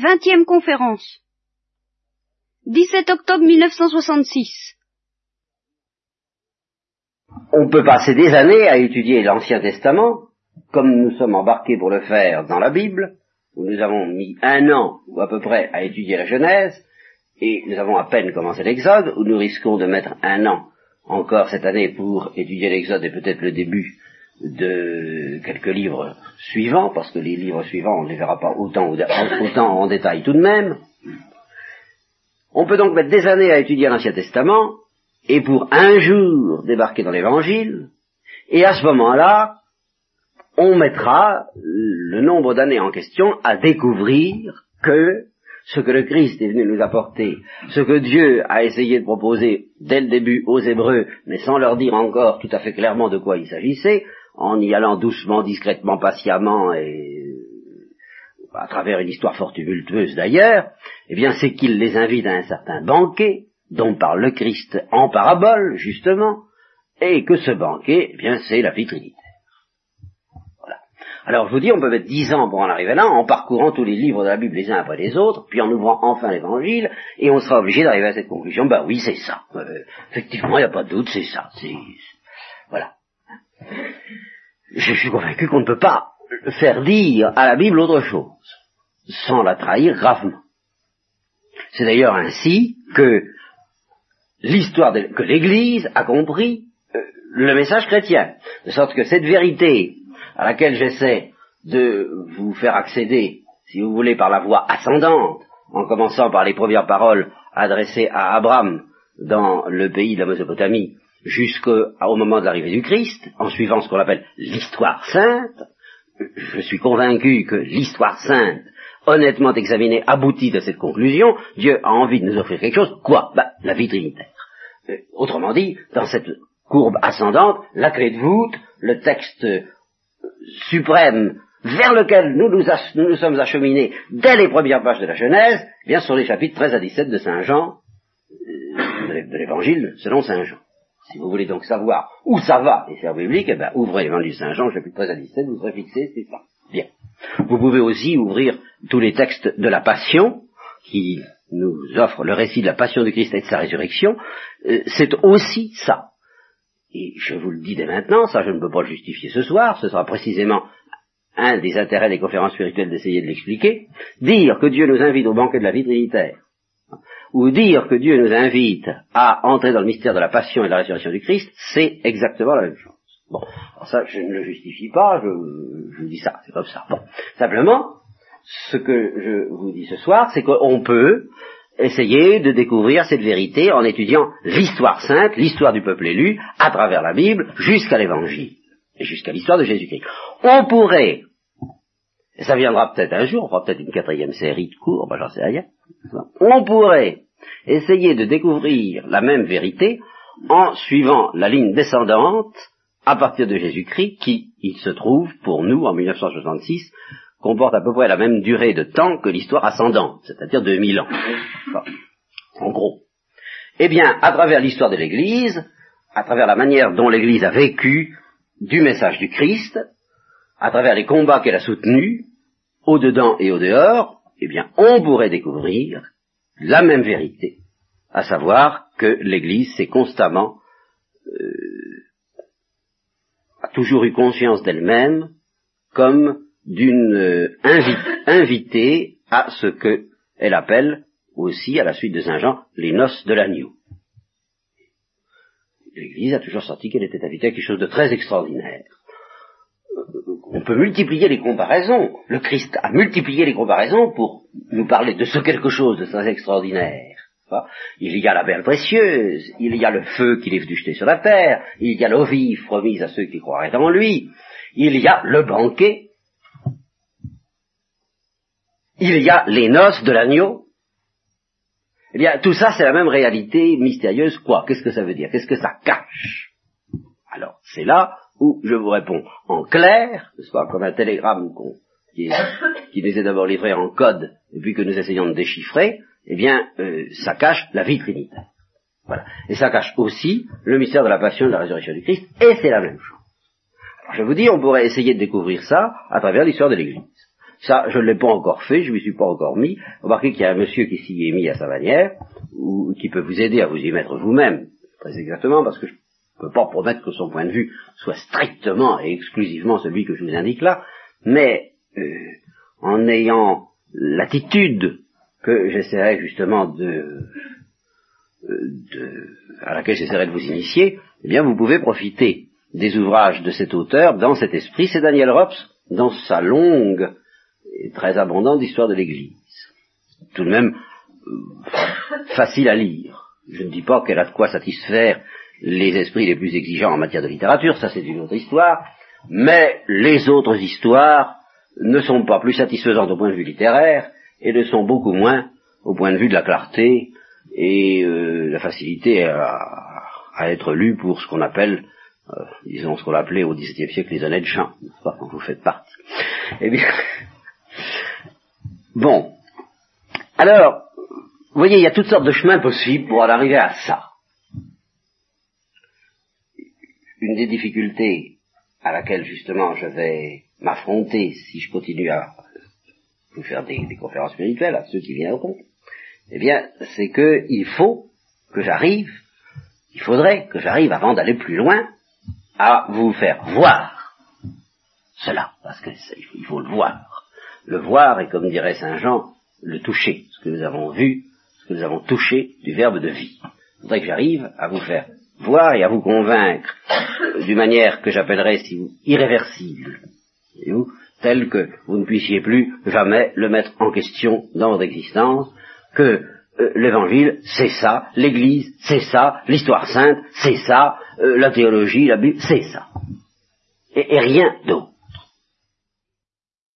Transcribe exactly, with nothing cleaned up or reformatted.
Vingtième conférence. dix-sept octobre mille neuf cent soixante-six. On peut passer des années à étudier l'Ancien Testament, comme nous sommes embarqués pour le faire dans la Bible, où nous avons mis un an, ou à peu près, à étudier la Genèse, et nous avons à peine commencé l'Exode, où nous risquons de mettre un an encore cette année pour étudier l'Exode et peut-être le début de quelques livres suivants, parce que les livres suivants, on ne les verra pas autant, autant en détail tout de même. On peut donc mettre des années à étudier l'Ancien Testament, et pour un jour débarquer dans l'Évangile, et à ce moment-là, on mettra le nombre d'années en question à découvrir que ce que le Christ est venu nous apporter, ce que Dieu a essayé de proposer dès le début aux Hébreux, mais sans leur dire encore tout à fait clairement de quoi il s'agissait, en y allant doucement, discrètement, patiemment et à travers une histoire fort tumultueuse d'ailleurs, eh bien c'est qu'il les invite à un certain banquet, dont parle le Christ en parabole, justement, et que ce banquet, eh bien c'est la vie trinitaire. Voilà. Alors je vous dis, on peut mettre dix ans pour en arriver là, en parcourant tous les livres de la Bible les uns après les autres, puis en ouvrant enfin l'Évangile, et on sera obligé d'arriver à cette conclusion, ben oui, c'est ça. Euh, effectivement, il n'y a pas de doute, c'est ça. C'est... Voilà. Je suis convaincu qu'on ne peut pas faire dire à la Bible autre chose, sans la trahir gravement. C'est d'ailleurs ainsi que l'histoire de, que l'Église a compris euh, le message chrétien, de sorte que cette vérité à laquelle j'essaie de vous faire accéder, si vous voulez, par la voie ascendante, en commençant par les premières paroles adressées à Abraham dans le pays de la Mésopotamie, jusqu'au moment de l'arrivée du Christ, en suivant ce qu'on appelle l'histoire sainte, je suis convaincu que l'histoire sainte, honnêtement examinée, aboutit à cette conclusion. Dieu a envie de nous offrir quelque chose. Quoi? Ben, la vie trinitaire. Euh, autrement dit, dans cette courbe ascendante, la clé de voûte, le texte euh, suprême vers lequel nous nous, ach- nous nous sommes acheminés dès les premières pages de la Genèse, eh bien sur les chapitres treize à dix-sept de Saint Jean, euh, de l'Évangile selon Saint Jean. Si vous voulez donc savoir où ça va, les sphères bibliques, eh ben, ouvrez l'Évangile de Saint Jean, chapitre treize à dix-sept, vous serez fixé, c'est ça. Bien. Vous pouvez aussi ouvrir tous les textes de la Passion, qui nous offrent le récit de la Passion du Christ et de sa résurrection. Euh, c'est aussi ça. Et je vous le dis dès maintenant, ça je ne peux pas le justifier ce soir, ce sera précisément un des intérêts des conférences spirituelles d'essayer de l'expliquer. Dire que Dieu nous invite au banquet de la vie trinitaire, ou dire que Dieu nous invite à entrer dans le mystère de la passion et de la résurrection du Christ, c'est exactement la même chose. Bon, alors ça, je ne le justifie pas, je, je vous dis ça, c'est comme ça. Bon, simplement, ce que je vous dis ce soir, c'est qu'on peut essayer de découvrir cette vérité en étudiant l'histoire sainte, l'histoire du peuple élu, à travers la Bible, jusqu'à l'Évangile, et jusqu'à l'histoire de Jésus-Christ. On pourrait, et ça viendra peut-être un jour, on fera peut-être une quatrième série de cours, ben j'en sais rien, on pourrait essayer de découvrir la même vérité en suivant la ligne descendante à partir de Jésus-Christ qui, il se trouve, pour nous, en mille neuf cent soixante-six, comporte à peu près la même durée de temps que l'histoire ascendante, c'est-à-dire deux mille ans. Enfin, en gros. Eh bien, à travers l'histoire de l'Église, à travers la manière dont l'Église a vécu du message du Christ, à travers les combats qu'elle a soutenus, au-dedans et au-dehors, eh bien, on pourrait découvrir la même vérité, à savoir que l'Église s'est constamment, euh, a toujours eu conscience d'elle-même comme d'une euh, invi- invitée à ce que elle appelle aussi, à la suite de Saint Jean, les noces de l'agneau. L'Église a toujours senti qu'elle était invitée à quelque chose de très extraordinaire. On peut multiplier les comparaisons. Le Christ a multiplié les comparaisons pour nous parler de ce quelque chose de très extraordinaire. Il y a la perle précieuse, il y a le feu qu'il est venu jeter sur la terre, il y a l'eau vive promise à ceux qui croiraient en lui, il y a le banquet, il y a les noces de l'agneau. Eh bien, tout ça, c'est la même réalité mystérieuse. Quoi? Qu'est-ce que ça veut dire? Qu'est-ce que ça cache? Alors, c'est là où je vous réponds en clair, ce soit comme un télégramme qu'on, qui, est, qui nous est d'abord livré en code, et puis que nous essayons de déchiffrer, eh bien, euh, ça cache la vie trinitaire. Voilà. Et ça cache aussi le mystère de la passion et de la résurrection du Christ, et c'est la même chose. Alors, je vous dis, on pourrait essayer de découvrir ça à travers l'histoire de l'Église. Ça, je ne l'ai pas encore fait, je ne m'y suis pas encore mis. Remarquez qu'il y a un monsieur qui s'y est mis à sa manière, ou qui peut vous aider à vous y mettre vous-même, très exactement, parce que je ne peux pas promettre que son point de vue soit strictement et exclusivement celui que je vous indique là, mais euh, en ayant l'attitude que j'essaierai justement de, de à laquelle j'essaierai de vous initier, eh bien vous pouvez profiter des ouvrages de cet auteur dans cet esprit. C'est Daniel Rops dans sa longue et très abondante histoire de l'Église. Tout de même euh, facile à lire. Je ne dis pas qu'elle a de quoi satisfaire les esprits les plus exigeants en matière de littérature, ça c'est une autre histoire, mais les autres histoires ne sont pas plus satisfaisantes au point de vue littéraire et ne sont beaucoup moins au point de vue de la clarté et euh, la facilité à, à être lues pour ce qu'on appelle, euh, disons ce qu'on appelait au dix-septième siècle les honnêtes gens, n'est-ce pas, dont vous faites partie. Eh bien, bon, alors, vous voyez, il y a toutes sortes de chemins possibles pour en arriver à ça. Une des difficultés à laquelle justement je vais m'affronter si je continue à vous faire des, des conférences spirituelles à ceux qui viendront, eh bien, c'est que il faut que j'arrive, il faudrait que j'arrive avant d'aller plus loin à vous faire voir cela, parce que il faut le voir. Le voir est, comme dirait Saint Jean, le toucher, ce que nous avons vu, ce que nous avons touché du verbe de vie. Il faudrait que j'arrive à vous faire voir et à vous convaincre d'une manière que j'appellerais si vous, irréversible, voyez-vous, telle que vous ne puissiez plus jamais le mettre en question dans votre existence, que euh, l'évangile, c'est ça, l'église, c'est ça, l'histoire sainte, c'est ça, euh, la théologie, la Bible, c'est ça. Et, et rien d'autre.